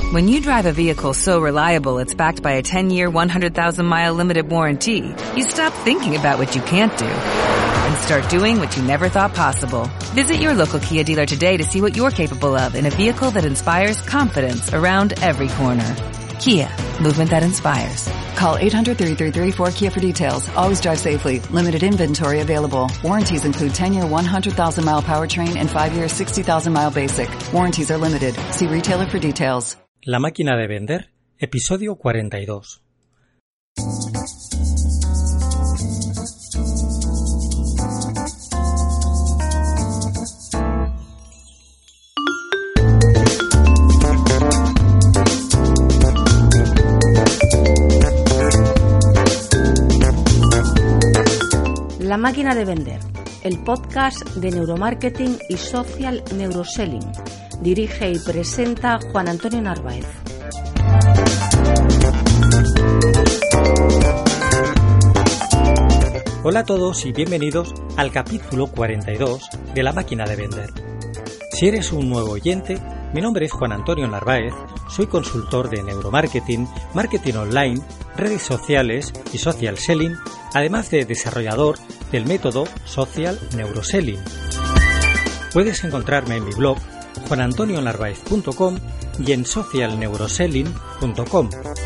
When you drive a vehicle so reliable it's backed by a 10-year, 100,000-mile limited warranty, you stop thinking about what you can't do and start doing what you never thought possible. Visit your local Kia dealer today to see what you're capable of in a vehicle that inspires confidence around every corner. Kia, movement that inspires. Call 800-3334-KIA for details. Always drive safely. Limited inventory available. Warranties include 10-year 100,000-mile powertrain and 5-year 60,000-mile basic. Warranties are limited. See retailer for details. La máquina de vender, episodio 42. La máquina de vender, el podcast de neuromarketing y social neuroselling. Dirige y presenta Juan Antonio Narváez. Hola a todos y bienvenidos al capítulo 42 de La máquina de vender. Si eres un nuevo oyente, mi nombre es Juan Antonio Narváez, soy consultor de neuromarketing, marketing online, redes sociales y social selling, además de desarrollador del método Social Neuroselling. Puedes encontrarme en mi blog juanantonionarvaez.com y en socialneuroselling.com.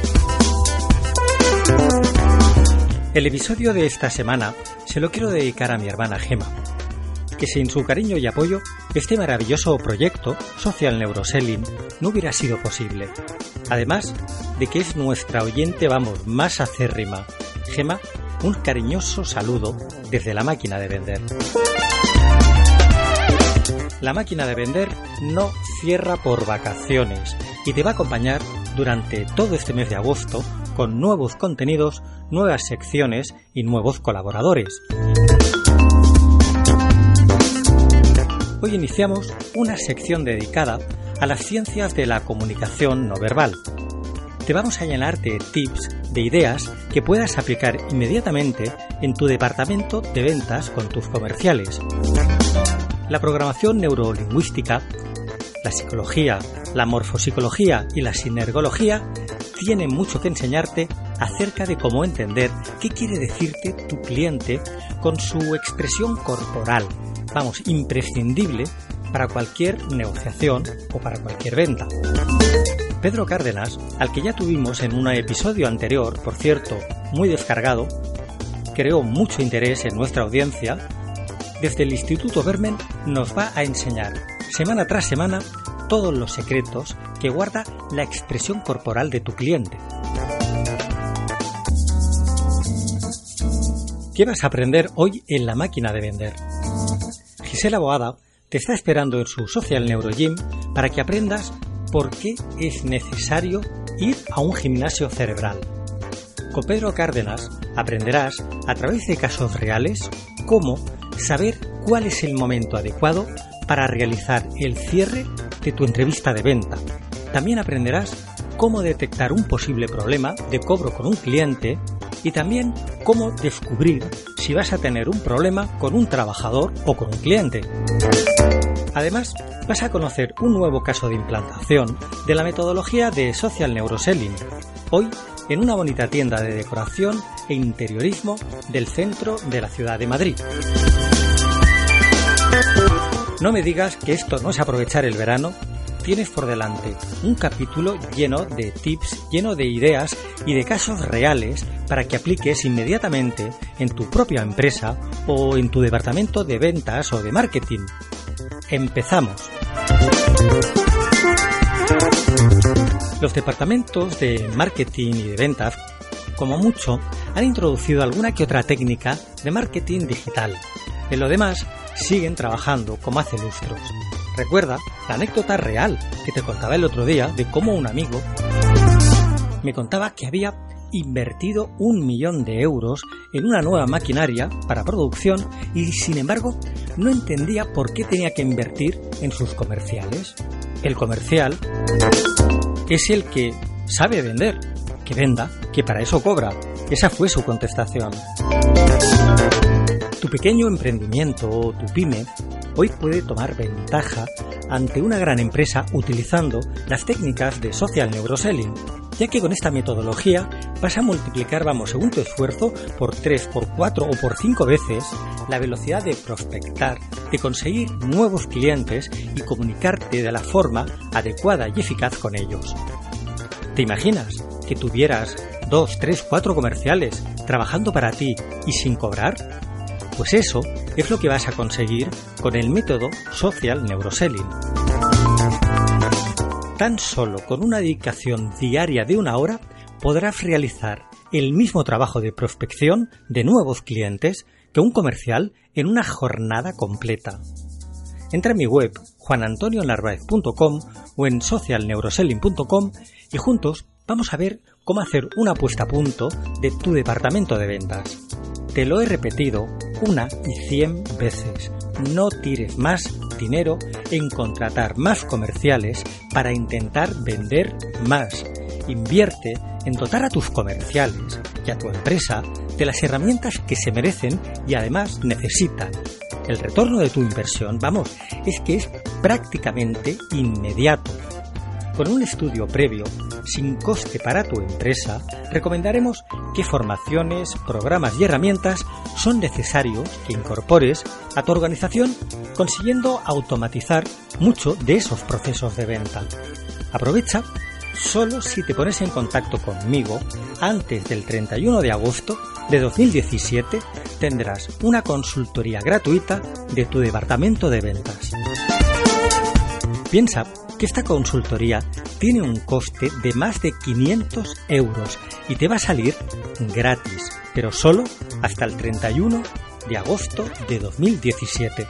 El episodio de esta semana se lo quiero dedicar a mi hermana Gema, que sin su cariño y apoyo, este maravilloso proyecto Social Neuroselling no hubiera sido posible. Además de que es nuestra oyente, más acérrima. Gema, un cariñoso saludo desde La máquina de vender. La máquina de vender no cierra por vacaciones y te va a acompañar durante todo este mes de agosto con nuevos contenidos, nuevas secciones y nuevos colaboradores. Hoy iniciamos una sección dedicada a las ciencias de la comunicación no verbal. Te vamos a llenar de tips, de ideas que puedas aplicar inmediatamente en tu departamento de ventas con tus comerciales. La programación neurolingüística, la psicología, la morfopsicología y la sinergología tienen mucho que enseñarte acerca de cómo entender qué quiere decirte tu cliente con su expresión corporal. Imprescindible para cualquier negociación o para cualquier venta. Pedro Cárdenas, al que ya tuvimos en un episodio anterior, por cierto, muy descargado, creó mucho interés en nuestra audiencia. Desde el Instituto Bermen nos va a enseñar semana tras semana todos los secretos que guarda la expresión corporal de tu cliente. ¿Qué vas a aprender hoy en La máquina de vender? Gisela Boada te está esperando en su Social Neuro Gym para que aprendas por qué es necesario ir a un gimnasio cerebral. Con Pedro Cárdenas aprenderás a través de casos reales cómo saber cuál es el momento adecuado para realizar el cierre de tu entrevista de venta. También aprenderás cómo detectar un posible problema de cobro con un cliente y también cómo descubrir si vas a tener un problema con un trabajador o con un cliente. Además, vas a conocer un nuevo caso de implantación de la metodología de Social Neuroselling, hoy en una bonita tienda de decoración e interiorismo del centro de la ciudad de Madrid. No me digas que esto no es aprovechar el verano. Tienes por delante un capítulo lleno de tips, lleno de ideas y de casos reales para que apliques inmediatamente en tu propia empresa o en tu departamento de ventas o de marketing. ¡Empezamos! Los departamentos de marketing y de ventas, como mucho, han introducido alguna que otra técnica de marketing digital. En lo demás, siguen trabajando como hace lustros. Recuerda la anécdota real que te contaba el otro día de cómo un amigo me contaba que había invertido 1 millón de euros en una nueva maquinaria para producción y sin embargo no entendía por qué tenía que invertir en sus comerciales. El comercial es el que sabe vender, que venda, que para eso cobra. Esa fue su contestación. Tu pequeño emprendimiento o tu pyme hoy puede tomar ventaja ante una gran empresa utilizando las técnicas de Social Neuroselling, ya que con esta metodología vas a multiplicar, según tu esfuerzo, por 3, por 4 o por 5 veces la velocidad de prospectar, de conseguir nuevos clientes y comunicarte de la forma adecuada y eficaz con ellos. ¿Te imaginas que tuvieras 2, 3, 4 comerciales trabajando para ti y sin cobrar? Pues eso es lo que vas a conseguir con el método Social Neuroselling. Tan solo con una dedicación diaria de 1 hora podrás realizar el mismo trabajo de prospección de nuevos clientes que un comercial en una jornada completa. Entra en mi web juanantonionarvaez.com o en socialneuroselling.com y juntos vamos a ver cómo hacer una puesta a punto de tu departamento de ventas. Te lo he repetido 1 y 100 veces. No tires más dinero en contratar más comerciales para intentar vender más. Invierte en dotar a tus comerciales y a tu empresa de las herramientas que se merecen y además necesitan. El retorno de tu inversión, es que es prácticamente inmediato. Con un estudio previo, sin coste para tu empresa, recomendaremos qué formaciones, programas y herramientas son necesarios que incorpores a tu organización, consiguiendo automatizar mucho de esos procesos de venta. Aprovecha solo si te pones en contacto conmigo antes del 31 de agosto de 2017 tendrás una consultoría gratuita de tu departamento de ventas. Piensa que esta consultoría tiene un coste de más de 500 euros y te va a salir gratis, pero solo hasta el 31 de agosto de 2017.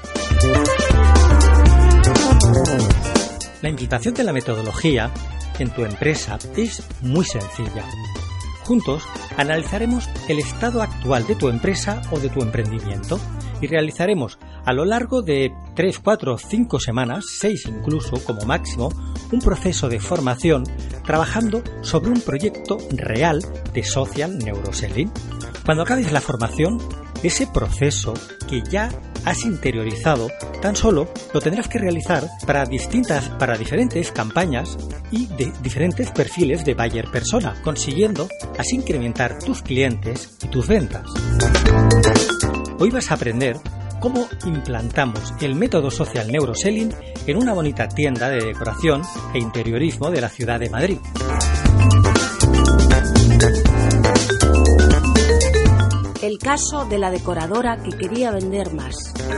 La implantación de la metodología en tu empresa es muy sencilla. Juntos analizaremos el estado actual de tu empresa o de tu emprendimiento y realizaremos a lo largo de 3, 4, 5 semanas, 6 incluso como máximo, un proceso de formación trabajando sobre un proyecto real de Social Neuroselling. Cuando acabes la formación, ese proceso que ya has interiorizado, tan solo lo tendrás que realizar para diferentes campañas y de diferentes perfiles de buyer persona, consiguiendo así incrementar tus clientes y tus ventas. Hoy vas a aprender cómo implantamos el método Social Neuroselling en una bonita tienda de decoración e interiorismo de la ciudad de Madrid. El caso de la decoradora que quería vender más.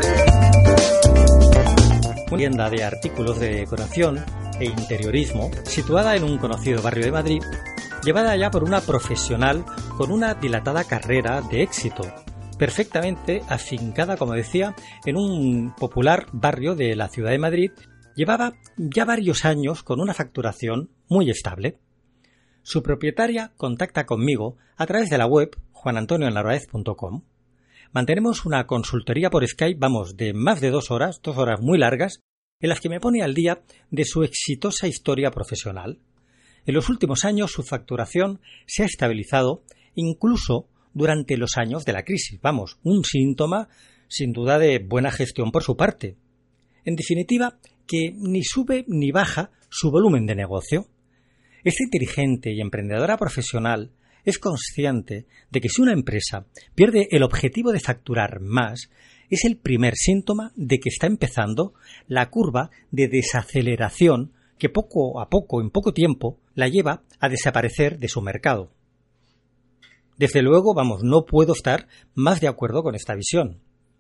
Una tienda de artículos de decoración e interiorismo situada en un conocido barrio de Madrid, llevada ya por una profesional con una dilatada carrera de éxito, perfectamente afincada, como decía, en un popular barrio de la ciudad de Madrid, llevaba ya varios años con una facturación muy estable. Su propietaria contacta conmigo a través de la web juanantonionarvaez.com. Mantenemos una consultoría por Skype, de más de 2 horas muy largas, en las que me pone al día de su exitosa historia profesional. En los últimos años su facturación se ha estabilizado incluso durante los años de la crisis. Un síntoma sin duda de buena gestión por su parte. En definitiva, que ni sube ni baja su volumen de negocio. Esta inteligente y emprendedora profesional es consciente de que si una empresa pierde el objetivo de facturar más, es el primer síntoma de que está empezando la curva de desaceleración que poco a poco, en poco tiempo, la lleva a desaparecer de su mercado. Desde luego, no puedo estar más de acuerdo con esta visión.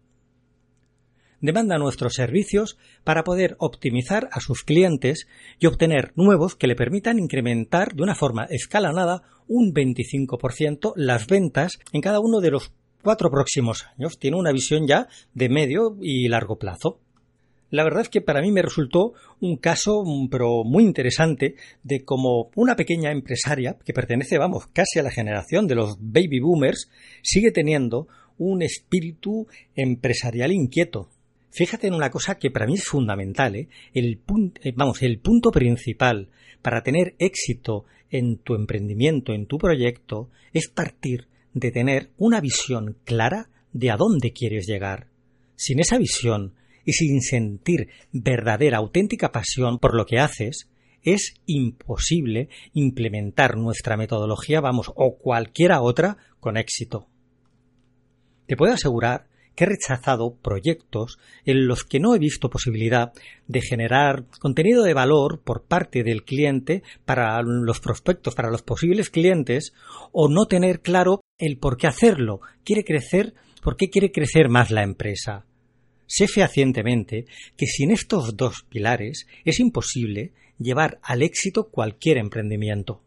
Demanda nuestros servicios para poder optimizar a sus clientes y obtener nuevos que le permitan incrementar de una forma escalonada un 25% las ventas en cada uno de los 4 próximos años. Tiene una visión ya de medio y largo plazo. La verdad es que para mí me resultó un caso pero muy interesante de cómo una pequeña empresaria que pertenece, casi a la generación de los baby boomers, sigue teniendo un espíritu empresarial inquieto. Fíjate en una cosa que para mí es fundamental, el punto principal para tener éxito en tu emprendimiento, en tu proyecto, es partir de tener una visión clara de a dónde quieres llegar. Sin esa visión, y sin sentir verdadera, auténtica pasión por lo que haces, es imposible implementar nuestra metodología, o cualquiera otra, con éxito. Te puedo asegurar que he rechazado proyectos en los que no he visto posibilidad de generar contenido de valor por parte del cliente para los prospectos, para los posibles clientes, o no tener claro el por qué hacerlo. ¿Por qué quiere crecer más la empresa? Sé fehacientemente que sin estos dos pilares es imposible llevar al éxito cualquier emprendimiento.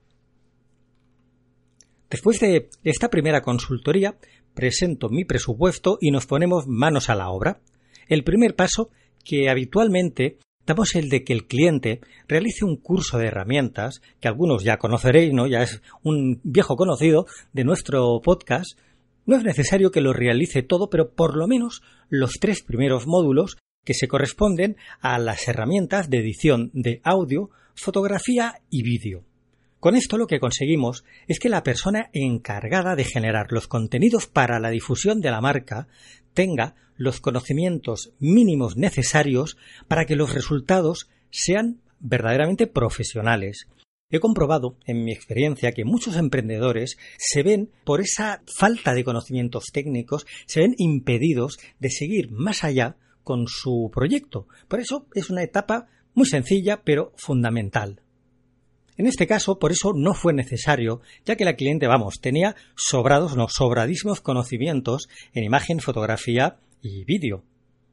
Después de esta primera consultoría, presento mi presupuesto y nos ponemos manos a la obra. El primer paso que habitualmente damos es el de que el cliente realice un curso de herramientas, que algunos ya conoceréis, ¿no? Ya es un viejo conocido de nuestro podcast. No es necesario que lo realice todo, pero por lo menos los 3 primeros módulos que se corresponden a las herramientas de edición de audio, fotografía y vídeo. Con esto lo que conseguimos es que la persona encargada de generar los contenidos para la difusión de la marca tenga los conocimientos mínimos necesarios para que los resultados sean verdaderamente profesionales. He comprobado en mi experiencia que muchos emprendedores se ven, por esa falta de conocimientos técnicos, se ven impedidos de seguir más allá con su proyecto. Por eso es una etapa muy sencilla pero fundamental. En este caso, por eso no fue necesario, ya que la cliente, tenía sobradísimos conocimientos en imagen, fotografía y vídeo.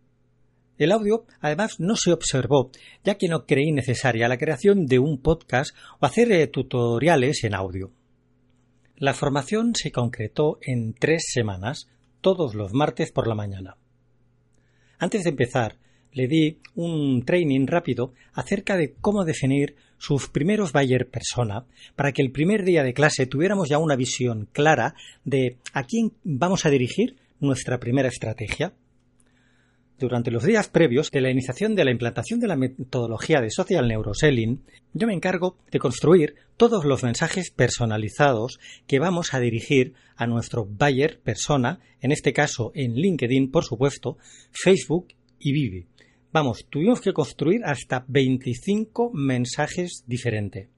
El audio, además, no se observó, ya que no creí necesaria la creación de un podcast o hacer tutoriales en audio. La formación se concretó en 3 semanas, todos los martes por la mañana. Antes de empezar, le di un training rápido acerca de cómo definir sus primeros buyer persona para que el primer día de clase tuviéramos ya una visión clara de a quién vamos a dirigir nuestra primera estrategia. Durante los días previos de la iniciación de la implantación de la metodología de Social Neuroselling, yo me encargo de construir todos los mensajes personalizados que vamos a dirigir a nuestro buyer persona, en este caso en LinkedIn, por supuesto, Facebook y Vivi. Tuvimos que construir hasta 25 mensajes diferentes.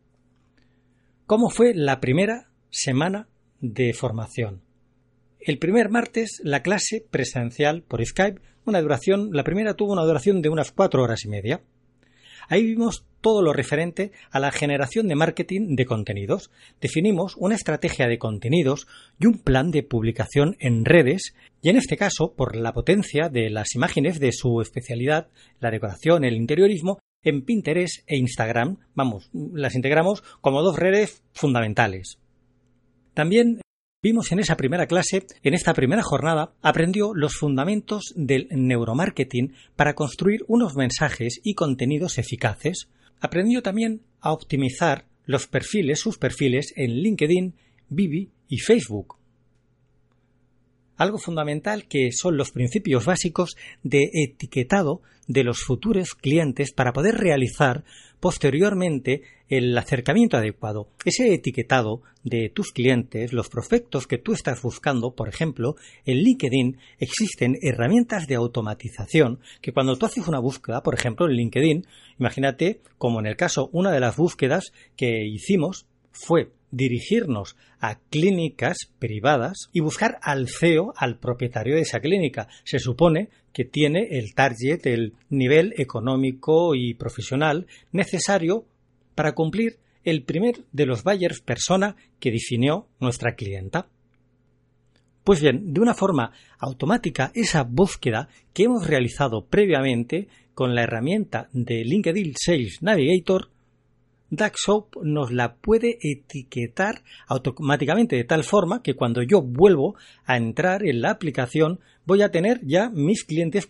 ¿Cómo fue la primera semana de formación? El primer martes la clase presencial por Skype, la primera tuvo una duración de unas 4 horas y media. Ahí vimos todo lo referente a la generación de marketing de contenidos. Definimos una estrategia de contenidos y un plan de publicación en redes, y en este caso, por la potencia de las imágenes de su especialidad, la decoración, el interiorismo, en Pinterest e Instagram, las integramos como 2 redes fundamentales. También vimos en esa primera clase, en esta primera jornada, aprendió los fundamentos del neuromarketing para construir unos mensajes y contenidos eficaces. Aprendió también a optimizar sus perfiles en LinkedIn, Vivi y Facebook. Algo fundamental que son los principios básicos de etiquetado de los futuros clientes para poder realizar posteriormente el acercamiento adecuado. Ese etiquetado de tus clientes, los prospectos que tú estás buscando, por ejemplo, en LinkedIn existen herramientas de automatización que cuando tú haces una búsqueda, por ejemplo, en LinkedIn, imagínate como en el caso, una de las búsquedas que hicimos fue dirigirnos a clínicas privadas y buscar al CEO, al propietario de esa clínica. Se supone que tiene el target, el nivel económico y profesional necesario para cumplir el primer de los buyers persona que definió nuestra clienta. Pues bien, de una forma automática, esa búsqueda que hemos realizado previamente con la herramienta de LinkedIn Sales Navigator, DuckShop nos la puede etiquetar automáticamente de tal forma que cuando yo vuelvo a entrar en la aplicación voy a tener ya mis clientes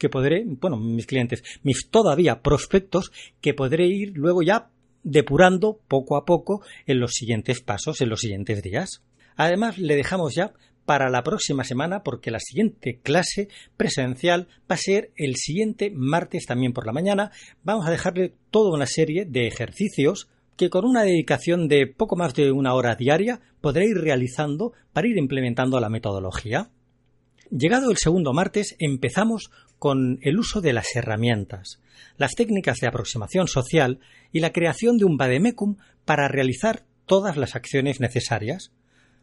mis todavía prospectos que podré ir luego ya depurando poco a poco en los siguientes pasos, en los siguientes días. Además, le dejamos ya para la próxima semana porque la siguiente clase presencial va a ser el siguiente martes también por la mañana. Vamos a dejarle toda una serie de ejercicios que con una dedicación de poco más de 1 hora diaria podré ir realizando para ir implementando la metodología. Llegado el segundo martes, empezamos con el uso de las herramientas, las técnicas de aproximación social y la creación de un vademecum para realizar todas las acciones necesarias.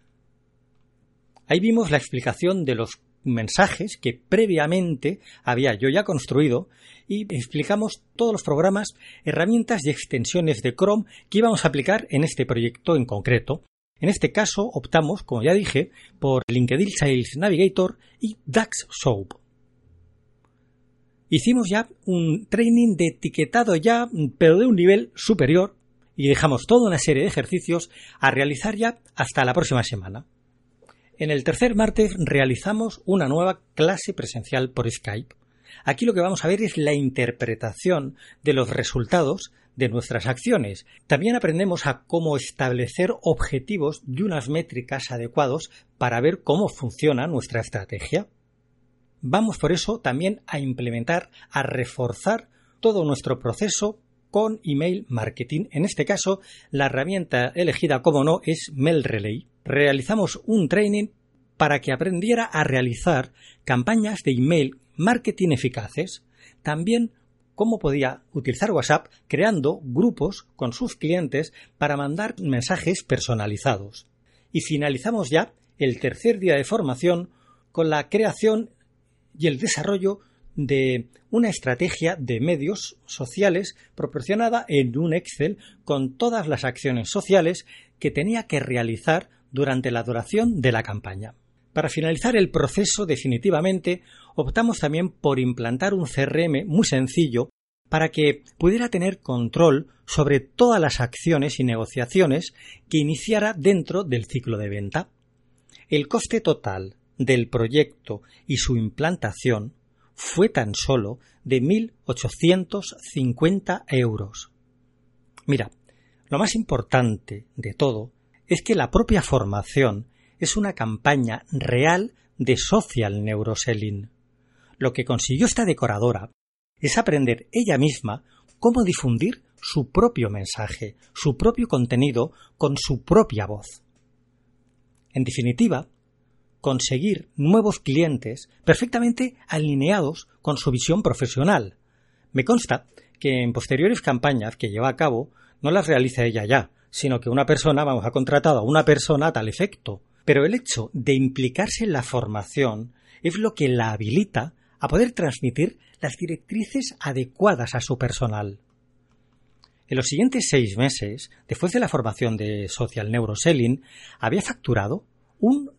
Ahí vimos la explicación de los mensajes que previamente había yo ya construido y explicamos todos los programas, herramientas y extensiones de Chrome que íbamos a aplicar en este proyecto en concreto. En este caso optamos, como ya dije, por LinkedIn Sales Navigator y DuckSoup. Hicimos ya un training de etiquetado ya, pero de un nivel superior, y dejamos toda una serie de ejercicios a realizar ya hasta la próxima semana. En el tercer martes realizamos una nueva clase presencial por Skype. Aquí lo que vamos a ver es la interpretación de los resultados de nuestras acciones. También aprendemos a cómo establecer objetivos y unas métricas adecuados para ver cómo funciona nuestra estrategia. Vamos por eso también a implementar, a reforzar todo nuestro proceso con email marketing. En este caso, la herramienta elegida, como no, es MailRelay. Realizamos un training para que aprendiera a realizar campañas de email marketing eficaces. También cómo podía utilizar WhatsApp creando grupos con sus clientes para mandar mensajes personalizados. Y finalizamos ya el tercer día de formación con la creación y el desarrollo de una estrategia de medios sociales proporcionada en un Excel con todas las acciones sociales que tenía que realizar durante la duración de la campaña. Para finalizar el proceso definitivamente, optamos también por implantar un CRM muy sencillo para que pudiera tener control sobre todas las acciones y negociaciones que iniciara dentro del ciclo de venta. El coste total del proyecto y su implantación fue tan solo de 1.850 euros. Mira, lo más importante de todo es que la propia formación es una campaña real de social neuroselling. Lo que consiguió esta decoradora es aprender ella misma cómo difundir su propio mensaje, su propio contenido con su propia voz. En definitiva, conseguir nuevos clientes perfectamente alineados con su visión profesional. Me consta que en posteriores campañas que lleva a cabo no las realiza ella ya, sino que ha contratado a una persona a tal efecto. Pero el hecho de implicarse en la formación es lo que la habilita a poder transmitir las directrices adecuadas a su personal. En los siguientes 6 meses, después de la formación de Social Neuroselling, había facturado un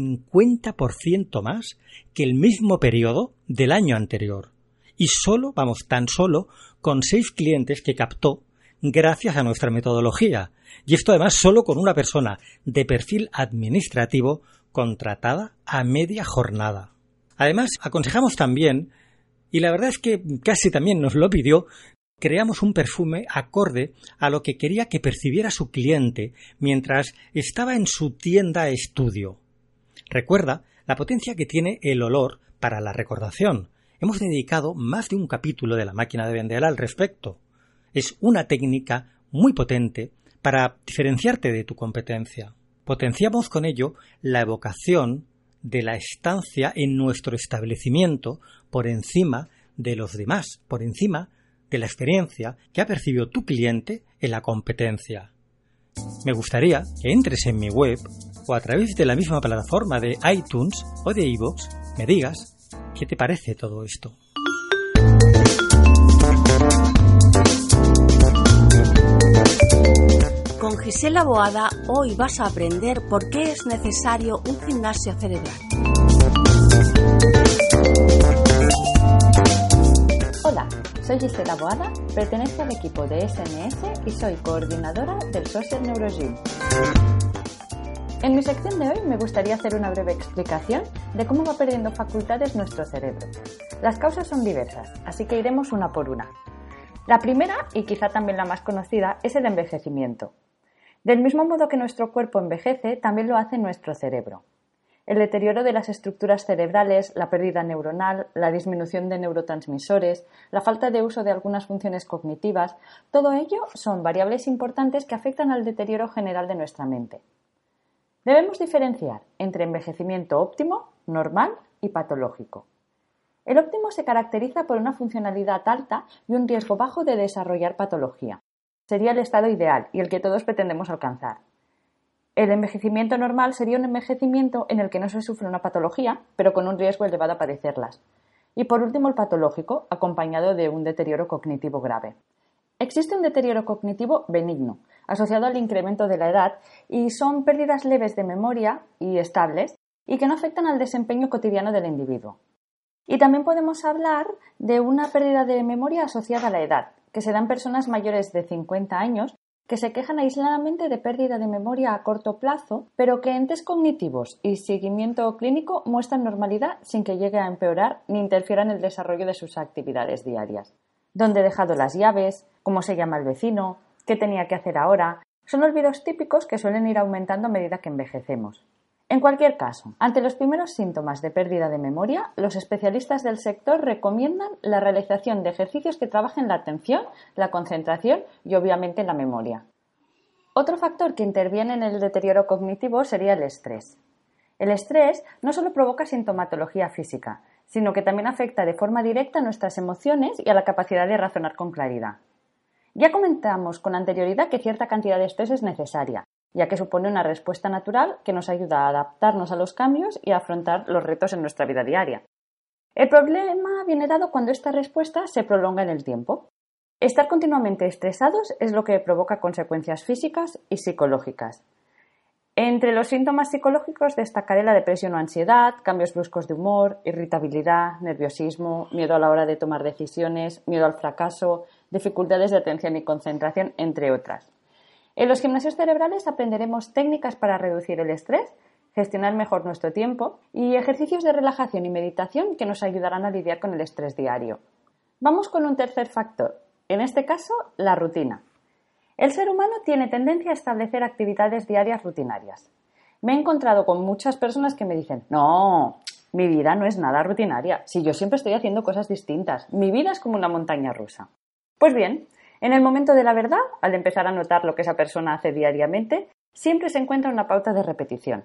50% más que el mismo periodo del año anterior. Y tan solo con 6 clientes que captó gracias a nuestra metodología. Y esto además solo con una persona de perfil administrativo contratada a media jornada. Además, aconsejamos también, y la verdad es que casi también nos lo pidió, creamos un perfume acorde a lo que quería que percibiera su cliente mientras estaba en su tienda estudio. Recuerda la potencia que tiene el olor para la recordación. Hemos dedicado más de un capítulo de La máquina de vender al respecto. Es una técnica muy potente para diferenciarte de tu competencia. Potenciamos con ello la evocación de la estancia en nuestro establecimiento por encima de los demás, por encima de la experiencia que ha percibido tu cliente en la competencia. Me gustaría que entres en mi web o a través de la misma plataforma de iTunes o de iVoox me digas qué te parece todo esto. Con Gisela Boada hoy vas a aprender por qué es necesario un gimnasio cerebral. Hola, soy Gisela Boada, pertenezco al equipo de SMS y soy coordinadora del Social Neurogym. En mi sección de hoy me gustaría hacer una breve explicación de cómo va perdiendo facultades nuestro cerebro. Las causas son diversas, así que iremos una por una. La primera, y quizá también la más conocida, es el envejecimiento. Del mismo modo que nuestro cuerpo envejece, también lo hace nuestro cerebro. El deterioro de las estructuras cerebrales, la pérdida neuronal, la disminución de neurotransmisores, la falta de uso de algunas funciones cognitivas, todo ello son variables importantes que afectan al deterioro general de nuestra mente. Debemos diferenciar entre envejecimiento óptimo, normal y patológico. El óptimo se caracteriza por una funcionalidad alta y un riesgo bajo de desarrollar patología. Sería el estado ideal y el que todos pretendemos alcanzar. El envejecimiento normal sería un envejecimiento en el que no se sufre una patología, pero con un riesgo elevado a padecerlas. Y por último, el patológico, acompañado de un deterioro cognitivo grave. Existe un deterioro cognitivo benigno, asociado al incremento de la edad, y son pérdidas leves de memoria y estables, y que no afectan al desempeño cotidiano del individuo. Y también podemos hablar de una pérdida de memoria asociada a la edad, que se da en personas mayores de 50 años que se quejan aisladamente de pérdida de memoria a corto plazo, pero que en test cognitivos y seguimiento clínico muestran normalidad sin que llegue a empeorar ni interfiera en el desarrollo de sus actividades diarias. ¿Dónde he dejado las llaves? ¿Cómo se llama el vecino? ¿Qué tenía que hacer ahora? Son olvidos típicos que suelen ir aumentando a medida que envejecemos. En cualquier caso, ante los primeros síntomas de pérdida de memoria, los especialistas del sector recomiendan la realización de ejercicios que trabajen la atención, la concentración y obviamente la memoria. Otro factor que interviene en el deterioro cognitivo sería el estrés. El estrés no solo provoca sintomatología física, sino que también afecta de forma directa a nuestras emociones y a la capacidad de razonar con claridad. Ya comentamos con anterioridad que cierta cantidad de estrés es necesaria, ya que supone una respuesta natural que nos ayuda a adaptarnos a los cambios y a afrontar los retos en nuestra vida diaria. El problema viene dado cuando esta respuesta se prolonga en el tiempo. Estar continuamente estresados es lo que provoca consecuencias físicas y psicológicas. Entre los síntomas psicológicos destacaré la depresión o ansiedad, cambios bruscos de humor, irritabilidad, nerviosismo, miedo a la hora de tomar decisiones, miedo al fracaso, dificultades de atención y concentración, entre otras. En los gimnasios cerebrales aprenderemos técnicas para reducir el estrés, gestionar mejor nuestro tiempo y ejercicios de relajación y meditación que nos ayudarán a lidiar con el estrés diario. Vamos con un tercer factor, en este caso, la rutina. El ser humano tiene tendencia a establecer actividades diarias rutinarias. Me he encontrado con muchas personas que me dicen, no, mi vida no es nada rutinaria, si yo siempre estoy haciendo cosas distintas, mi vida es como una montaña rusa. Pues bien, en el momento de la verdad, al empezar a notar lo que esa persona hace diariamente, siempre se encuentra una pauta de repetición.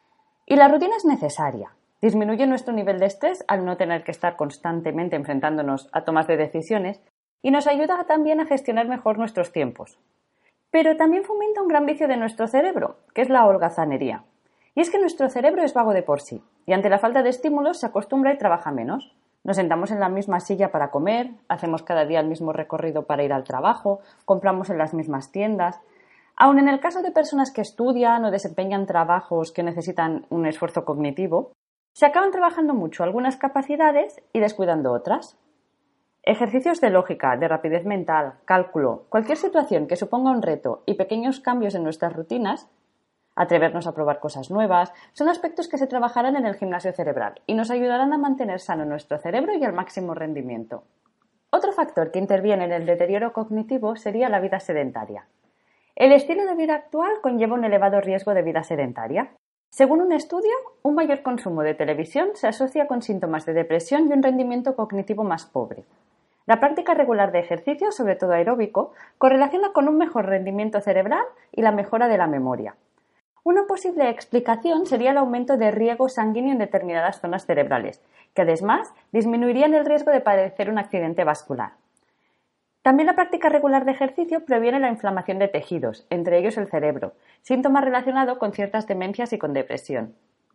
Y la rutina es necesaria. Disminuye nuestro nivel de estrés al no tener que estar constantemente enfrentándonos a tomas de decisiones y nos ayuda también a gestionar mejor nuestros tiempos. Pero también fomenta un gran vicio de nuestro cerebro, que es la holgazanería. Y es que nuestro cerebro es vago de por sí, y ante la falta de estímulos se acostumbra y trabaja menos. Nos sentamos en la misma silla para comer, hacemos cada día el mismo recorrido para ir al trabajo, compramos en las mismas tiendas. Aun en el caso de personas que estudian o desempeñan trabajos que necesitan un esfuerzo cognitivo, se acaban trabajando mucho algunas capacidades y descuidando otras. Ejercicios de lógica, de rapidez mental, cálculo, cualquier situación que suponga un reto y pequeños cambios en nuestras rutinas, atrevernos a probar cosas nuevas, son aspectos que se trabajarán en el gimnasio cerebral y nos ayudarán a mantener sano nuestro cerebro y al máximo rendimiento. Otro factor que interviene en el deterioro cognitivo sería la vida sedentaria. El estilo de vida actual conlleva un elevado riesgo de vida sedentaria. Según un estudio, un mayor consumo de televisión se asocia con síntomas de depresión y un rendimiento cognitivo más pobre. La práctica regular de ejercicio, sobre todo aeróbico, correlaciona con un mejor rendimiento cerebral y la mejora de la memoria. Una posible explicación sería el aumento de riego sanguíneo en determinadas zonas cerebrales, que además disminuirían el riesgo de padecer un accidente vascular. También la práctica regular de ejercicio previene la inflamación de tejidos, entre ellos el cerebro, síntoma relacionado con ciertas demencias y con depresión.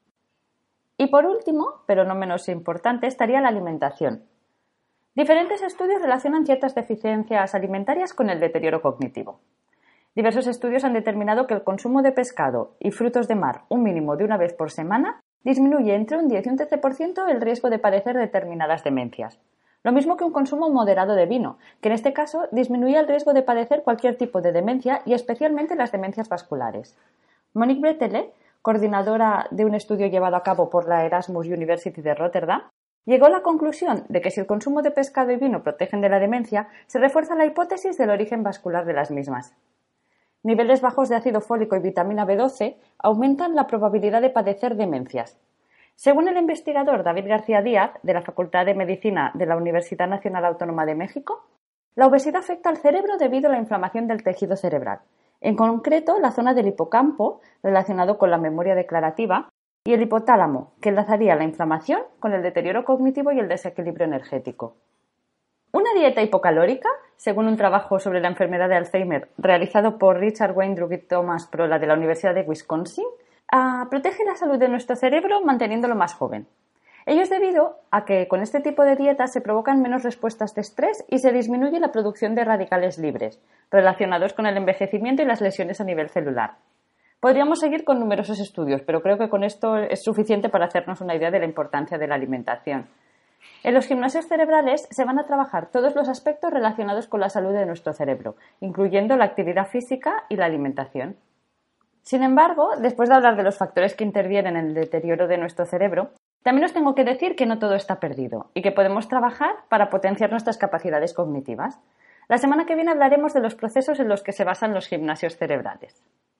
Y por último, pero no menos importante, estaría la alimentación. Diferentes estudios relacionan ciertas deficiencias alimentarias con el deterioro cognitivo. Diversos estudios han determinado que el consumo de pescado y frutos de mar un mínimo de una vez por semana disminuye entre un 10 y un 13% el riesgo de padecer determinadas demencias. Lo mismo que un consumo moderado de vino, que en este caso disminuye el riesgo de padecer cualquier tipo de demencia y especialmente las demencias vasculares. Monique Brettele, coordinadora de un estudio llevado a cabo por la Erasmus University de Rotterdam, llegó a la conclusión de que si el consumo de pescado y vino protegen de la demencia, se refuerza la hipótesis del origen vascular de las mismas. Niveles bajos de ácido fólico y vitamina B12 aumentan la probabilidad de padecer demencias. Según el investigador David García Díaz, de la Facultad de Medicina de la Universidad Nacional Autónoma de México, la obesidad afecta al cerebro debido a la inflamación del tejido cerebral, en concreto la zona del hipocampo, relacionado con la memoria declarativa, y el hipotálamo, que enlazaría la inflamación con el deterioro cognitivo y el desequilibrio energético. Una dieta hipocalórica, según un trabajo sobre la enfermedad de Alzheimer realizado por Richard Weinberg y Thomas Prola de la Universidad de Wisconsin, protege la salud de nuestro cerebro manteniéndolo más joven. Ello es debido a que con este tipo de dieta se provocan menos respuestas de estrés y se disminuye la producción de radicales libres, relacionados con el envejecimiento y las lesiones a nivel celular. Podríamos seguir con numerosos estudios, pero creo que con esto es suficiente para hacernos una idea de la importancia de la alimentación. En los gimnasios cerebrales se van a trabajar todos los aspectos relacionados con la salud de nuestro cerebro, incluyendo la actividad física y la alimentación. Sin embargo, después de hablar de los factores que intervienen en el deterioro de nuestro cerebro, también os tengo que decir que no todo está perdido y que podemos trabajar para potenciar nuestras capacidades cognitivas. La semana que viene hablaremos de los procesos en los que se basan los gimnasios cerebrales.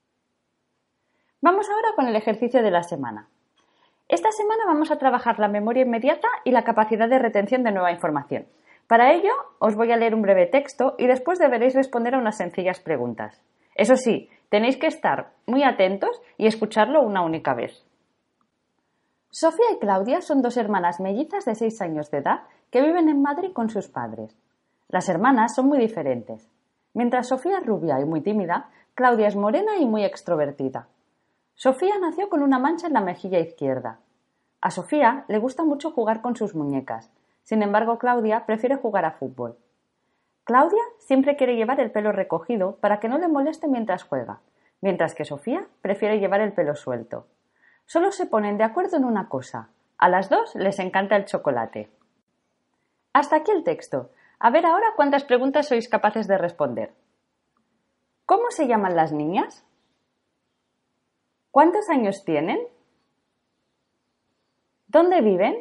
Vamos ahora con el ejercicio de la semana. Esta semana vamos a trabajar la memoria inmediata y la capacidad de retención de nueva información. Para ello, os voy a leer un breve texto y después deberéis responder a unas sencillas preguntas. Eso sí, tenéis que estar muy atentos y escucharlo una única vez. Sofía y Claudia son dos hermanas mellizas de 6 años de edad que viven en Madrid con sus padres. Las hermanas son muy diferentes. Mientras Sofía es rubia y muy tímida, Claudia es morena y muy extrovertida. Sofía nació con una mancha en la mejilla izquierda. A Sofía le gusta mucho jugar con sus muñecas. Sin embargo, Claudia prefiere jugar a fútbol. Claudia siempre quiere llevar el pelo recogido para que no le moleste mientras juega, mientras que Sofía prefiere llevar el pelo suelto. Solo se ponen de acuerdo en una cosa. A las dos les encanta el chocolate. Hasta aquí el texto. A ver ahora cuántas preguntas sois capaces de responder. ¿Cómo se llaman las niñas? ¿Cuántos años tienen? ¿Dónde viven?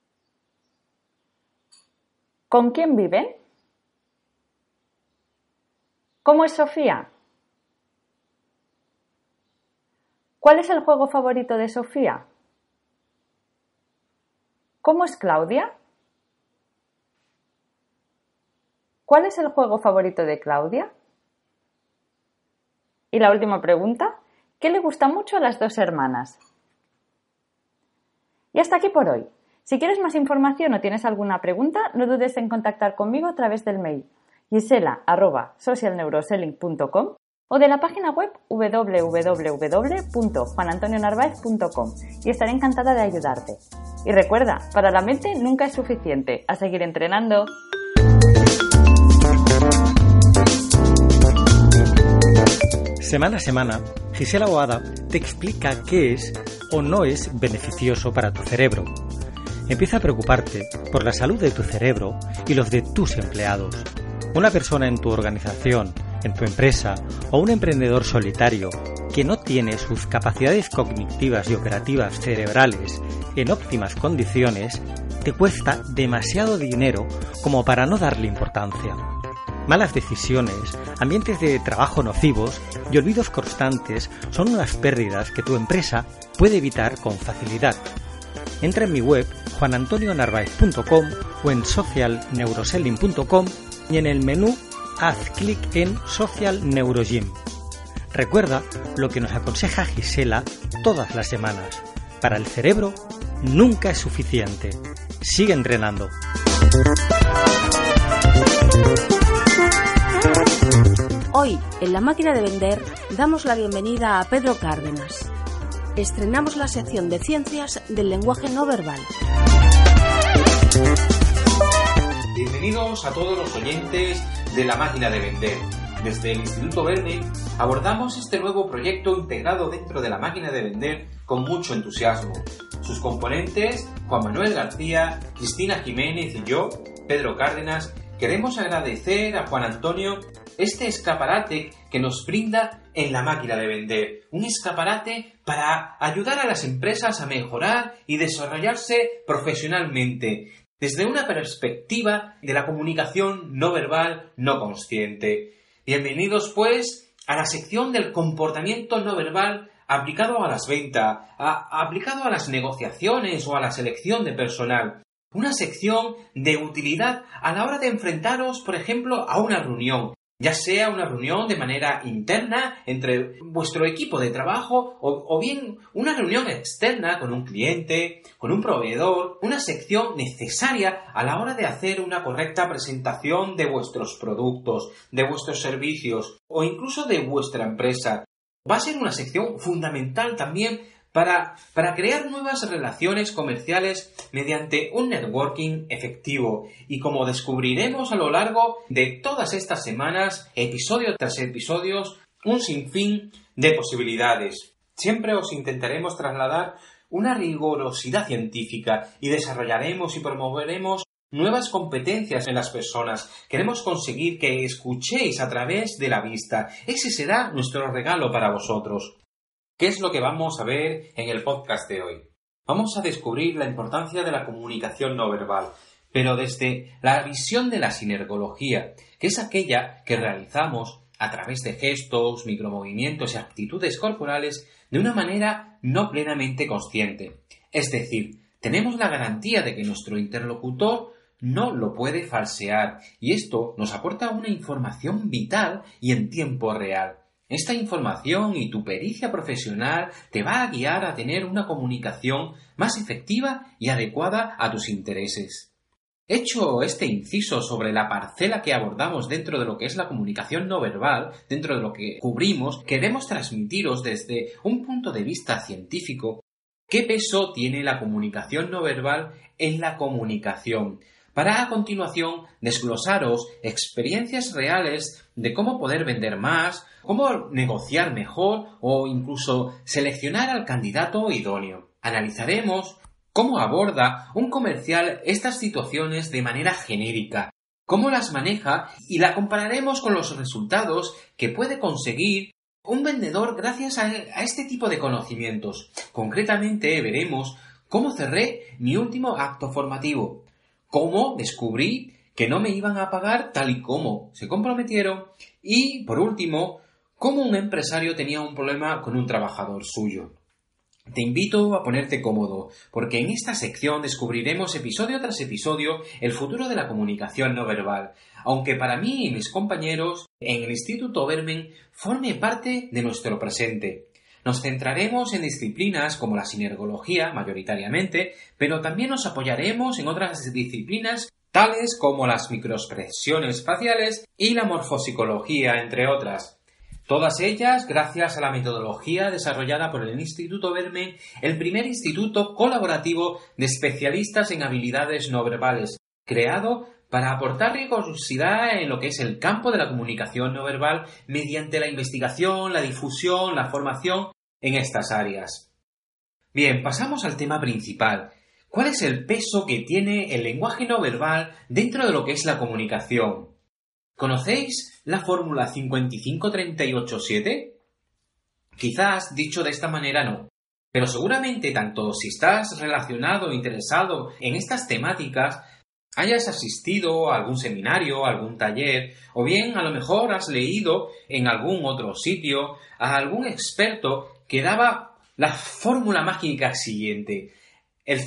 ¿Con quién viven? ¿Cómo es Sofía? ¿Cuál es el juego favorito de Sofía? ¿Cómo es Claudia? ¿Cuál es el juego favorito de Claudia? Y la última pregunta, ¿qué le gusta mucho a las dos hermanas? Y hasta aquí por hoy. Si quieres más información o tienes alguna pregunta, no dudes en contactar conmigo a través del mail gisela@socialneuroselling.com o de la página web www.juanantonionarvaez.com y estaré encantada de ayudarte. Y recuerda, para la mente nunca es suficiente. A seguir entrenando. Semana a semana, Gisela Boada te explica qué es o no es beneficioso para tu cerebro. Empieza a preocuparte por la salud de tu cerebro y los de tus empleados. Una persona en tu organización, en tu empresa o un emprendedor solitario que no tiene sus capacidades cognitivas y operativas cerebrales en óptimas condiciones, te cuesta demasiado dinero como para no darle importancia. Malas decisiones, ambientes de trabajo nocivos y olvidos constantes son unas pérdidas que tu empresa puede evitar con facilidad. Entra en mi web juanantonionarvaez.com o en socialneuroselling.com y en el menú haz clic en Social Neurogym. Recuerda lo que nos aconseja Gisela todas las semanas. Para el cerebro nunca es suficiente. Sigue entrenando. Hoy, en La Máquina de Vender, damos la bienvenida a Pedro Cárdenas. Estrenamos la sección de ciencias del lenguaje no verbal. Bienvenidos a todos los oyentes de La Máquina de Vender. Desde el Instituto Verde abordamos este nuevo proyecto integrado dentro de La Máquina de Vender con mucho entusiasmo. Sus componentes, Juan Manuel García, Cristina Jiménez y yo, Pedro Cárdenas, queremos agradecer a Juan Antonio este escaparate que nos brinda en La Máquina de Vender. Un escaparate para ayudar a las empresas a mejorar y desarrollarse profesionalmente desde una perspectiva de la comunicación no verbal no consciente. Bienvenidos, pues, a la sección del comportamiento no verbal aplicado a las ventas, aplicado a las negociaciones o a la selección de personal. Una sección de utilidad a la hora de enfrentaros, por ejemplo, a una reunión. ya sea una reunión de manera interna entre vuestro equipo de trabajo o bien una reunión externa con un cliente, con un proveedor, una sección necesaria a la hora de hacer una correcta presentación de vuestros productos, de vuestros servicios o incluso de vuestra empresa. Va a ser una sección fundamental también para crear nuevas relaciones comerciales mediante un networking efectivo. Y como descubriremos a lo largo de todas estas semanas, episodio tras episodio, un sinfín de posibilidades. Siempre os intentaremos trasladar una rigurosidad científica y desarrollaremos y promoveremos nuevas competencias en las personas. Queremos conseguir que escuchéis a través de la vista. Ese será nuestro regalo para vosotros. ¿Qué es lo que vamos a ver en el podcast de hoy? Vamos a descubrir la importancia de la comunicación no verbal, pero desde la visión de la sinergología, que es aquella que realizamos a través de gestos, micromovimientos y actitudes corporales de una manera no plenamente consciente. Es decir, tenemos la garantía de que nuestro interlocutor no lo puede falsear y esto nos aporta una información vital y en tiempo real. Esta información y tu pericia profesional te va a guiar a tener una comunicación más efectiva y adecuada a tus intereses. Hecho este inciso sobre la parcela que abordamos dentro de lo que es la comunicación no verbal, dentro de lo que cubrimos, queremos transmitiros desde un punto de vista científico qué peso tiene la comunicación no verbal en la comunicación, para a continuación desglosaros experiencias reales de cómo poder vender más, cómo negociar mejor o incluso seleccionar al candidato idóneo. Analizaremos cómo aborda un comercial estas situaciones de manera genérica, cómo las maneja y la compararemos con los resultados que puede conseguir un vendedor gracias a este tipo de conocimientos. Concretamente veremos cómo cerré mi último acto formativo, cómo descubrí que no me iban a pagar tal y como se comprometieron y, por último, cómo un empresario tenía un problema con un trabajador suyo. Te invito a ponerte cómodo, porque en esta sección descubriremos episodio tras episodio el futuro de la comunicación no verbal, aunque para mí y mis compañeros en el Instituto Bermen forme parte de nuestro presente. Nos centraremos en disciplinas como la sinergología, mayoritariamente, pero también nos apoyaremos en otras disciplinas tales como las microexpresiones faciales y la morfopsicología, entre otras. Todas ellas gracias a la metodología desarrollada por el Instituto Bermen, el primer instituto colaborativo de especialistas en habilidades no verbales, creado para aportar rigurosidad en lo que es el campo de la comunicación no verbal mediante la investigación, la difusión, la formación en estas áreas. Bien, pasamos al tema principal. ¿Cuál es el peso que tiene el lenguaje no verbal dentro de lo que es la comunicación? ¿Conocéis la fórmula 55-38-7? Quizás dicho de esta manera no, pero seguramente tanto si estás relacionado o interesado en estas temáticas, hayas asistido a algún seminario, a algún taller, o bien a lo mejor has leído en algún otro sitio a algún experto que daba la fórmula mágica siguiente. El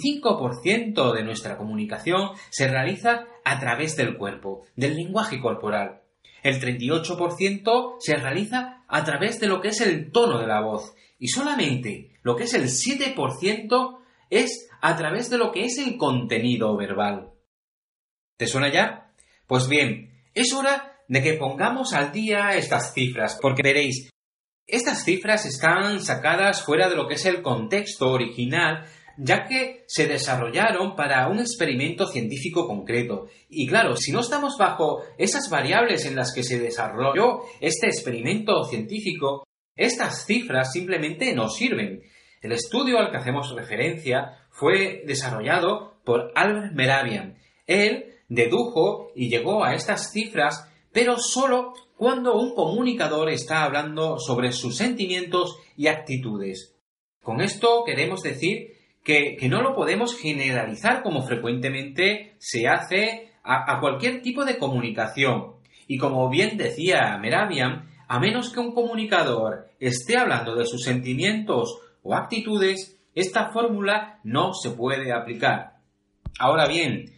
55% de nuestra comunicación se realiza a través del cuerpo, del lenguaje corporal. El 38% se realiza a través de lo que es el tono de la voz. Y solamente lo que es el 7% es a través de lo que es el contenido verbal. ¿Te suena ya? Pues bien, es hora de que pongamos al día estas cifras, porque veréis, estas cifras están sacadas fuera de lo que es el contexto original, ya que se desarrollaron para un experimento científico concreto. Y claro, si no estamos bajo esas variables en las que se desarrolló este experimento científico, estas cifras simplemente no sirven. El estudio al que hacemos referencia fue desarrollado por Albert Mehrabian. Él dedujo y llegó a estas cifras, pero solo cuando un comunicador está hablando sobre sus sentimientos y actitudes. Con esto queremos decir que no lo podemos generalizar como frecuentemente se hace a cualquier tipo de comunicación. Y como bien decía Mehrabian, a menos que un comunicador esté hablando de sus sentimientos o actitudes, esta fórmula no se puede aplicar. Ahora bien,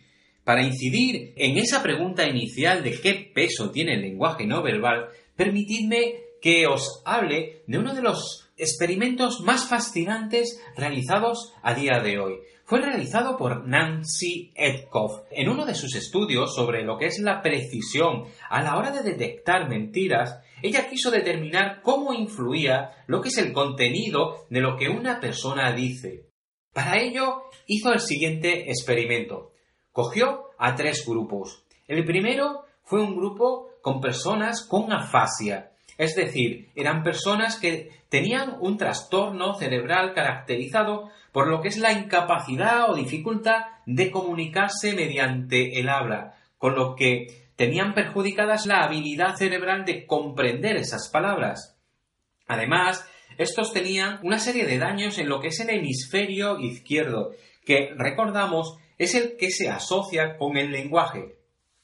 Para incidir en esa pregunta inicial de qué peso tiene el lenguaje no verbal, permitidme que os hable de uno de los experimentos más fascinantes realizados a día de hoy. Fue realizado por Nancy Etkoff en uno de sus estudios sobre lo que es la precisión a la hora de detectar mentiras. Ella quiso determinar cómo influía lo que es el contenido de lo que una persona dice. Para ello hizo el siguiente experimento. Cogió a 3 grupos. El primero fue un grupo con personas con afasia, es decir, eran personas que tenían un trastorno cerebral caracterizado por lo que es la incapacidad o dificultad de comunicarse mediante el habla, con lo que tenían perjudicadas la habilidad cerebral de comprender esas palabras. Además, estos tenían una serie de daños en lo que es el hemisferio izquierdo, que, recordamos, es el que se asocia con el lenguaje.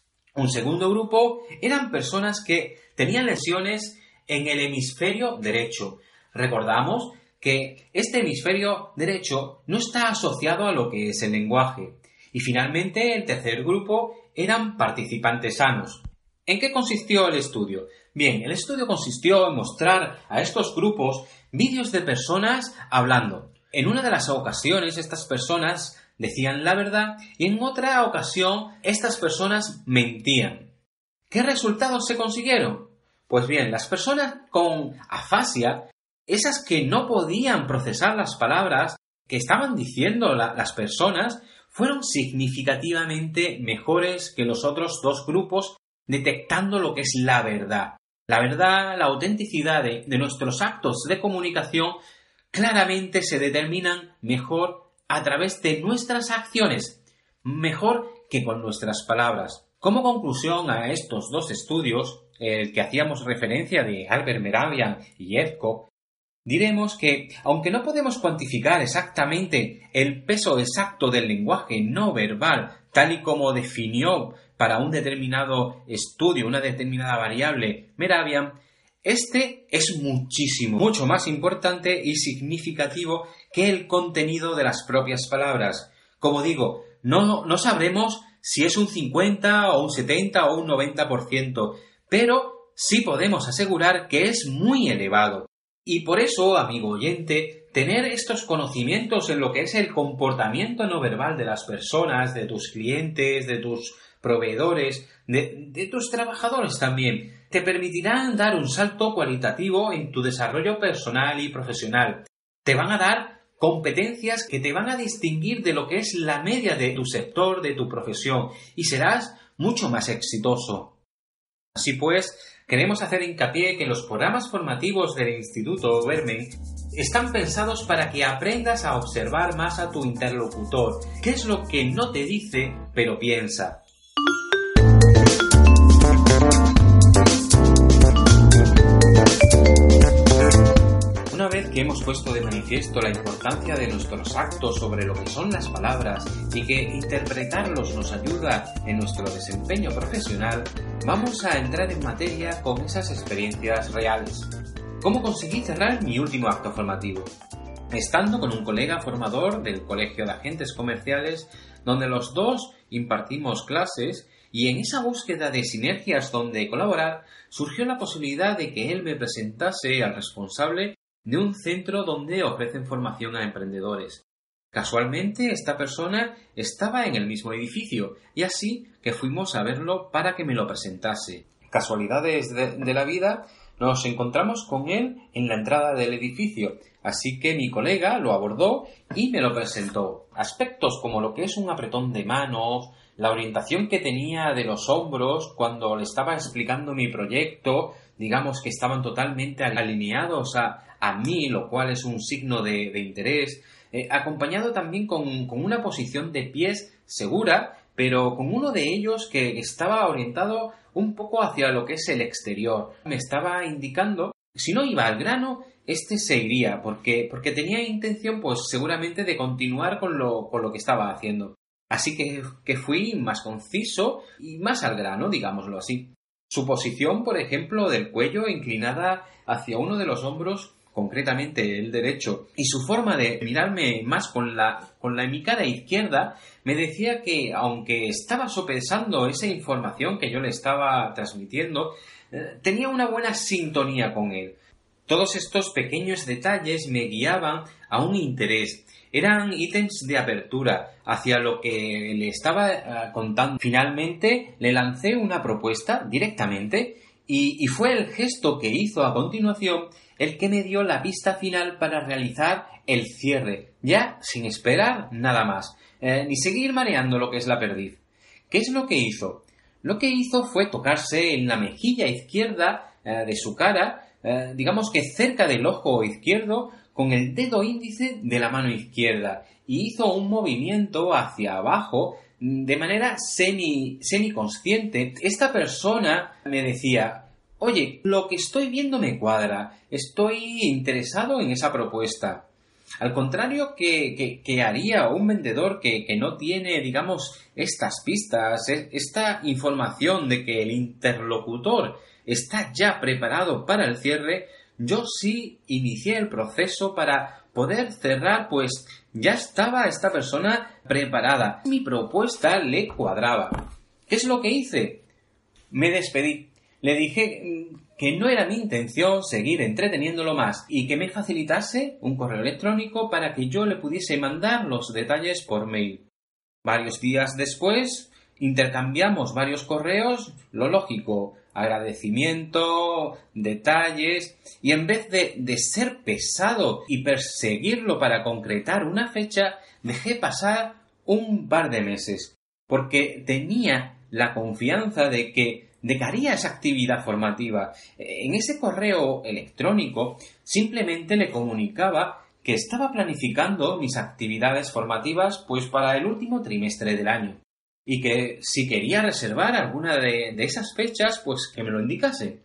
Un segundo grupo eran personas que tenían lesiones en el hemisferio derecho. Recordamos que este hemisferio derecho no está asociado a lo que es el lenguaje. Y finalmente, el tercer grupo eran participantes sanos. ¿En qué consistió el estudio? Bien, el estudio consistió en mostrar a estos grupos vídeos de personas hablando. En una de las ocasiones, estas personas decían la verdad y en otra ocasión, estas personas mentían. ¿Qué resultados se consiguieron? Pues bien, las personas con afasia, esas que no podían procesar las palabras que estaban diciendo las personas, fueron significativamente mejores que los otros 2 grupos detectando lo que es la verdad. La verdad, la autenticidad de nuestros actos de comunicación claramente se determinan mejor a través de nuestras acciones, mejor que con nuestras palabras. Como conclusión a estos 2 estudios, el que hacíamos referencia de Albert Mehrabian y Etkoff, diremos que, aunque no podemos cuantificar exactamente el peso exacto del lenguaje no verbal, tal y como definió para un determinado estudio, una determinada variable Mehrabian, este es mucho más importante y significativo que el contenido de las propias palabras. Como digo, no sabremos si es un 50 o un 70 o un 90%, pero sí podemos asegurar que es muy elevado. Y por eso, amigo oyente, tener estos conocimientos en lo que es el comportamiento no verbal de las personas, de tus clientes, de tus proveedores, de tus trabajadores también, te permitirán dar un salto cualitativo en tu desarrollo personal y profesional. Te van a dar competencias que te van a distinguir de lo que es la media de tu sector, de tu profesión, y serás mucho más exitoso. Así pues, queremos hacer hincapié que los programas formativos del Instituto Bermen están pensados para que aprendas a observar más a tu interlocutor, qué es lo que no te dice, pero piensa. Una vez que hemos puesto de manifiesto la importancia de nuestros actos sobre lo que son las palabras y que interpretarlos nos ayuda en nuestro desempeño profesional, vamos a entrar en materia con esas experiencias reales. ¿Cómo conseguí cerrar mi último acto formativo? Estando con un colega formador del Colegio de Agentes Comerciales, donde los 2 impartimos clases, y en esa búsqueda de sinergias donde colaborar, surgió la posibilidad de que él me presentase al responsable de un centro donde ofrecen formación a emprendedores. Casualmente, esta persona estaba en el mismo edificio y así que fuimos a verlo para que me lo presentase. Casualidades de la vida, nos encontramos con él en la entrada del edificio, así que mi colega lo abordó y me lo presentó. Aspectos como lo que es un apretón de manos, la orientación que tenía de los hombros cuando le estaba explicando mi proyecto, digamos que estaban totalmente alineados a mí, lo cual es un signo de interés, acompañado también con una posición de pies segura, pero con uno de ellos que estaba orientado un poco hacia lo que es el exterior. Me estaba indicando, si no iba al grano, se iría, porque tenía intención, pues seguramente, de continuar con lo que estaba haciendo. Así que fui más conciso y más al grano, digámoslo así. Su posición, por ejemplo, del cuello inclinada hacia uno de los hombros concretamente el derecho, y su forma de mirarme más con mi cara izquierda, me decía que, aunque estaba sopesando esa información que yo le estaba transmitiendo, tenía una buena sintonía con él. Todos estos pequeños detalles me guiaban a un interés. Eran ítems de apertura hacia lo que le estaba contando. Finalmente le lancé una propuesta directamente y fue el gesto que hizo a continuación el que me dio la pista final para realizar el cierre, ya sin esperar nada más, ni seguir mareando lo que es la perdiz. ¿Qué es lo que hizo? Lo que hizo fue tocarse en la mejilla izquierda de su cara, digamos que cerca del ojo izquierdo, con el dedo índice de la mano izquierda, y hizo un movimiento hacia abajo de manera semiconsciente. Esta persona me decía: oye, lo que estoy viendo me cuadra, estoy interesado en esa propuesta. Al contrario que haría un vendedor que no tiene, digamos, estas pistas, esta información de que el interlocutor está ya preparado para el cierre, yo sí inicié el proceso para poder cerrar, pues ya estaba esta persona preparada. Mi propuesta le cuadraba. ¿Qué es lo que hice? Me despedí. Le dije que no era mi intención seguir entreteniéndolo más y que me facilitase un correo electrónico para que yo le pudiese mandar los detalles por mail. Varios días después intercambiamos varios correos, lo lógico, agradecimiento, detalles, y en vez de ser pesado y perseguirlo para concretar una fecha, dejé pasar un par de meses, porque tenía la confianza de que haría esa actividad formativa. En ese correo electrónico simplemente le comunicaba que estaba planificando mis actividades formativas pues para el último trimestre del año, y que si quería reservar alguna de esas fechas, pues que me lo indicase.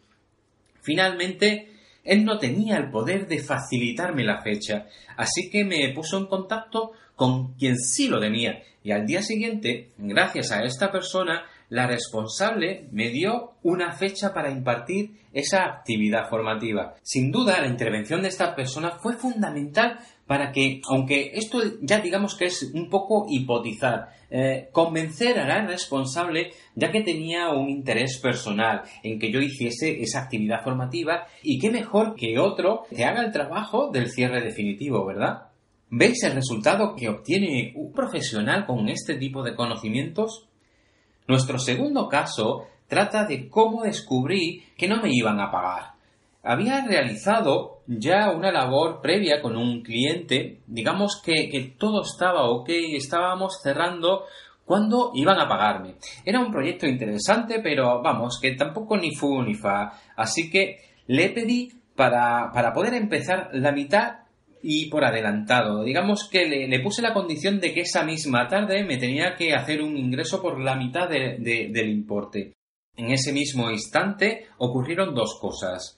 Finalmente, él no tenía el poder de facilitarme la fecha, así que me puso en contacto con quien sí lo tenía, y al día siguiente, gracias a esta persona, la responsable me dio una fecha para impartir esa actividad formativa. Sin duda, la intervención de esta persona fue fundamental para que, aunque esto ya digamos que es un poco hipotizar, convencer a la responsable, ya que tenía un interés personal en que yo hiciese esa actividad formativa, y qué mejor que otro que haga el trabajo del cierre definitivo, ¿verdad? ¿Veis el resultado que obtiene un profesional con este tipo de conocimientos? Nuestro segundo caso trata de cómo descubrí que no me iban a pagar. Había realizado ya una labor previa con un cliente, digamos que todo estaba ok, estábamos cerrando cuando iban a pagarme. Era un proyecto interesante, pero vamos, que tampoco ni fu ni fa, así que le pedí para poder empezar la mitad y por adelantado. Digamos que le puse la condición de que esa misma tarde me tenía que hacer un ingreso por la mitad del importe. En ese mismo instante ocurrieron dos cosas.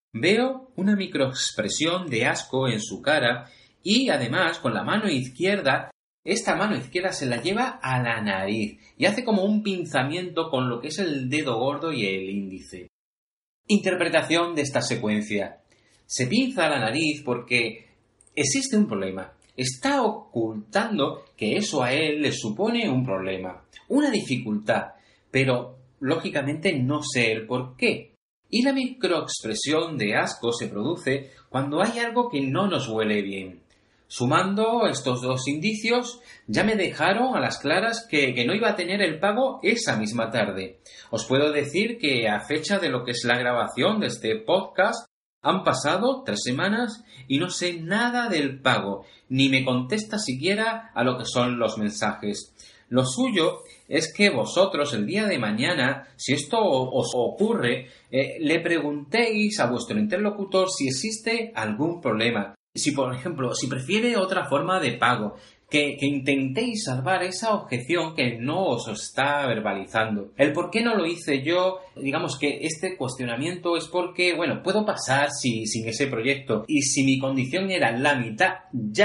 Veo una microexpresión de asco en su cara y además con la mano izquierda, esta mano izquierda se la lleva a la nariz y hace como un pinzamiento con lo que es el dedo gordo y el índice. Interpretación de esta secuencia. Se pinza la nariz porque existe un problema. Está ocultando que eso a él le supone un problema, una dificultad, pero lógicamente no sé el por qué. Y la microexpresión de asco se produce cuando hay algo que no nos huele bien. Sumando estos dos indicios, ya me dejaron a las claras que no iba a tener el pago esa misma tarde. Os puedo decir que a fecha de lo que es la grabación de este podcast, han pasado 3 semanas y no sé nada del pago, ni me contesta siquiera a lo que son los mensajes. Lo suyo es que vosotros el día de mañana, si esto os ocurre, le preguntéis a vuestro interlocutor si existe algún problema. Si, por ejemplo, si prefiere otra forma de pago, que intentéis salvar esa objeción que no os está verbalizando. El por qué no lo hice yo, digamos que este cuestionamiento es porque, bueno, puedo pasar sin ese proyecto, y si mi condición era la mitad ya,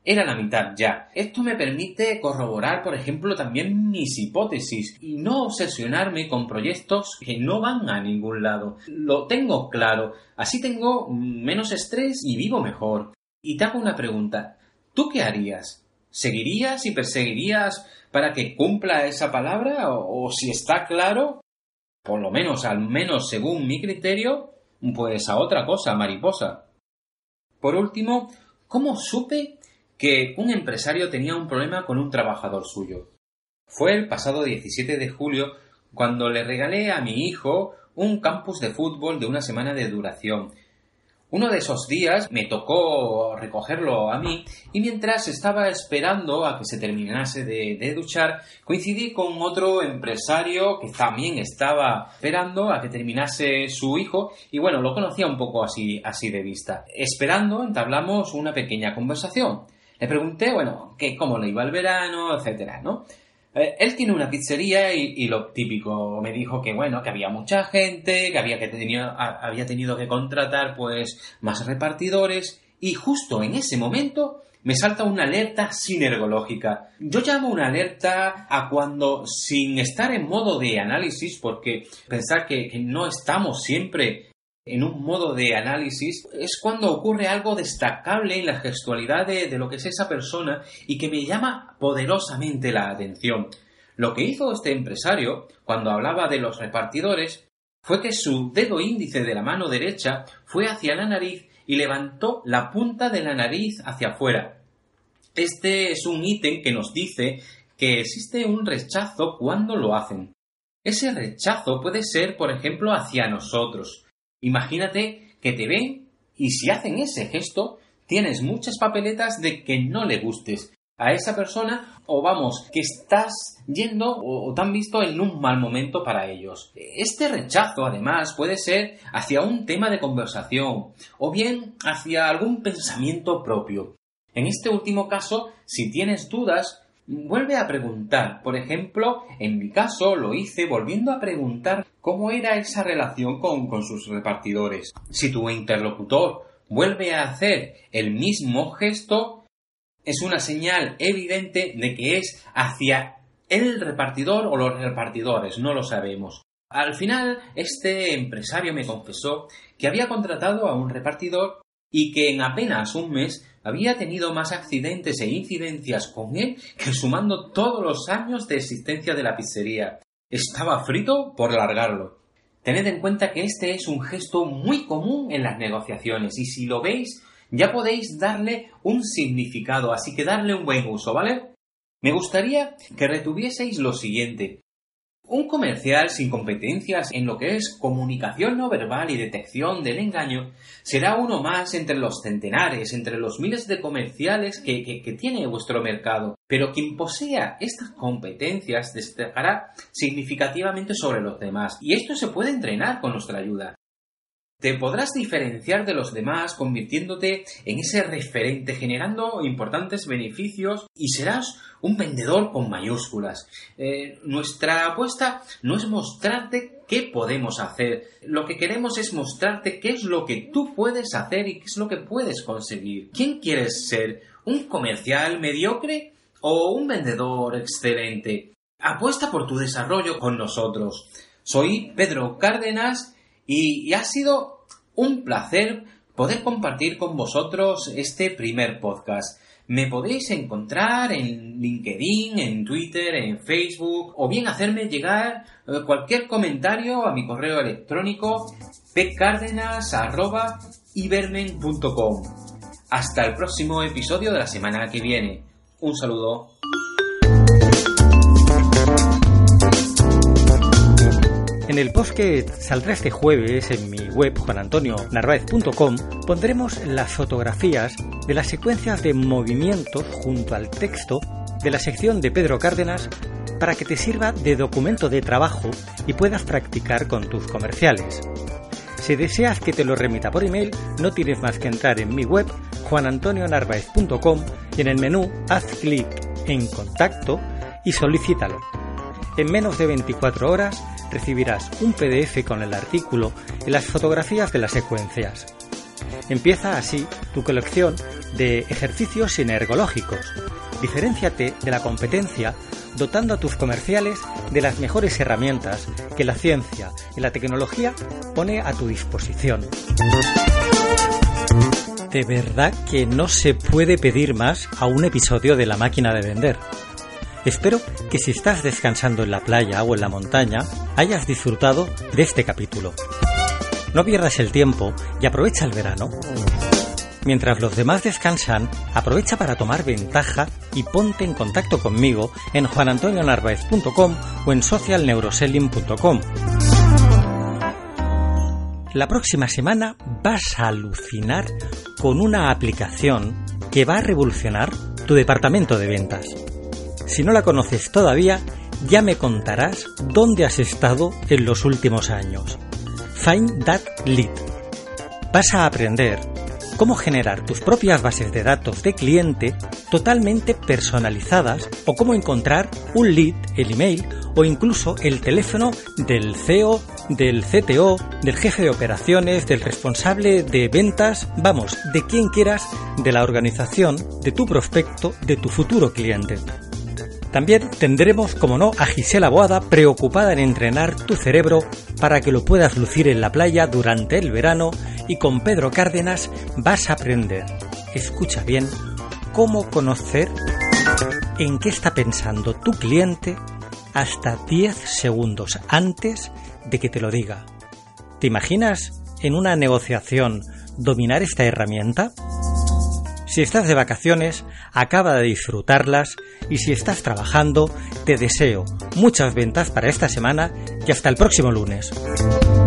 era la mitad ya. Esto me permite corroborar, por ejemplo, también mis hipótesis y no obsesionarme con proyectos que no van a ningún lado. Lo tengo claro, así tengo menos estrés y vivo mejor. Y te hago una pregunta, ¿tú qué harías? ¿Seguirías y perseguirías para que cumpla esa palabra? ¿O si está claro, por lo menos, al menos según mi criterio, pues a otra cosa, mariposa? Por último, ¿cómo supe que un empresario tenía un problema con un trabajador suyo? Fue el pasado 17 de julio cuando le regalé a mi hijo un campus de fútbol de una semana de duración. Uno de esos días me tocó recogerlo a mí y mientras estaba esperando a que se terminase de duchar, coincidí con otro empresario que también estaba esperando a que terminase su hijo y bueno, lo conocía un poco así de vista. Esperando entablamos una pequeña conversación. Le pregunté, cómo le iba el verano, etcétera, ¿no? Él tiene una pizzería y lo típico, me dijo que había mucha gente, que había tenido que contratar pues más repartidores y justo en ese momento me salta una alerta sinergológica. Yo llamo una alerta a cuando, sin estar en modo de análisis, porque pensar que no estamos siempre en un modo de análisis, es cuando ocurre algo destacable en la gestualidad de lo que es esa persona y que me llama poderosamente la atención. Lo que hizo este empresario, cuando hablaba de los repartidores, fue que su dedo índice de la mano derecha fue hacia la nariz y levantó la punta de la nariz hacia afuera. Este es un ítem que nos dice que existe un rechazo cuando lo hacen. Ese rechazo puede ser, por ejemplo, hacia nosotros. Imagínate que te ven y si hacen ese gesto, tienes muchas papeletas de que no le gustes a esa persona que estás yendo o te han visto en un mal momento para ellos. Este rechazo, además, puede ser hacia un tema de conversación o bien hacia algún pensamiento propio. En este último caso, si tienes dudas, vuelve a preguntar. Por ejemplo, en mi caso lo hice volviendo a preguntar cómo era esa relación con sus repartidores. Si tu interlocutor vuelve a hacer el mismo gesto, es una señal evidente de que es hacia el repartidor o los repartidores, no lo sabemos. Al final, este empresario me confesó que había contratado a un repartidor y que en apenas un mes había tenido más accidentes e incidencias con él que sumando todos los años de existencia de la pizzería. Estaba frito por largarlo. Tened en cuenta que este es un gesto muy común en las negociaciones y si lo veis ya podéis darle un significado, así que darle un buen uso, ¿vale? Me gustaría que retuvieseis lo siguiente. Un comercial sin competencias en lo que es comunicación no verbal y detección del engaño será uno más entre los centenares, entre los miles de comerciales que tiene vuestro mercado. Pero quien posea estas competencias destacará significativamente sobre los demás. Y esto se puede entrenar con nuestra ayuda. Te podrás diferenciar de los demás convirtiéndote en ese referente, generando importantes beneficios y serás un vendedor con mayúsculas. Nuestra apuesta no es mostrarte qué podemos hacer. Lo que queremos es mostrarte qué es lo que tú puedes hacer y qué es lo que puedes conseguir. ¿Quién quieres ser? ¿Un comercial mediocre o un vendedor excelente? Apuesta por tu desarrollo con nosotros. Soy Pedro Cárdenas y ha sido un placer poder compartir con vosotros este primer podcast. Me podéis encontrar en LinkedIn, en Twitter, en Facebook o bien hacerme llegar cualquier comentario a mi correo electrónico pcardenas@ibermen.com. Hasta el próximo episodio de la semana que viene. Un saludo. En el post que saldrá este jueves en mi web juanantonionarvaez.com pondremos las fotografías de las secuencias de movimientos junto al texto de la sección de Pedro Cárdenas para que te sirva de documento de trabajo y puedas practicar con tus comerciales. Si deseas que te lo remita por email, no tienes más que entrar en mi web juanantonionarvaez.com y en el menú haz clic en Contacto y solicítalo. En menos de 24 horas recibirás un PDF con el artículo y las fotografías de las secuencias. Empieza así tu colección de ejercicios sinergológicos. Diferénciate de la competencia dotando a tus comerciales de las mejores herramientas que la ciencia y la tecnología pone a tu disposición. De verdad que no se puede pedir más a un episodio de La Máquina de Vender. Espero que si estás descansando en la playa o en la montaña, hayas disfrutado de este capítulo. No pierdas el tiempo y aprovecha el verano. Mientras los demás descansan, aprovecha para tomar ventaja y ponte en contacto conmigo en juanantonionarvaez.com o en socialneuroselling.com. La próxima semana vas a alucinar con una aplicación que va a revolucionar tu departamento de ventas. Si no la conoces todavía, ya me contarás dónde has estado en los últimos años. Find That Lead. Vas a aprender cómo generar tus propias bases de datos de cliente totalmente personalizadas o cómo encontrar un lead, el email o incluso el teléfono del CEO, del CTO, del jefe de operaciones, del responsable de ventas, vamos, de quien quieras, de la organización, de tu prospecto, de tu futuro cliente. También tendremos, como no, a Gisela Boada preocupada en entrenar tu cerebro para que lo puedas lucir en la playa durante el verano, y con Pedro Cárdenas vas a aprender, escucha bien, cómo conocer en qué está pensando tu cliente hasta 10 segundos antes de que te lo diga. ¿Te imaginas en una negociación dominar esta herramienta? Si estás de vacaciones, acaba de disfrutarlas, y si estás trabajando, te deseo muchas ventas para esta semana y hasta el próximo lunes.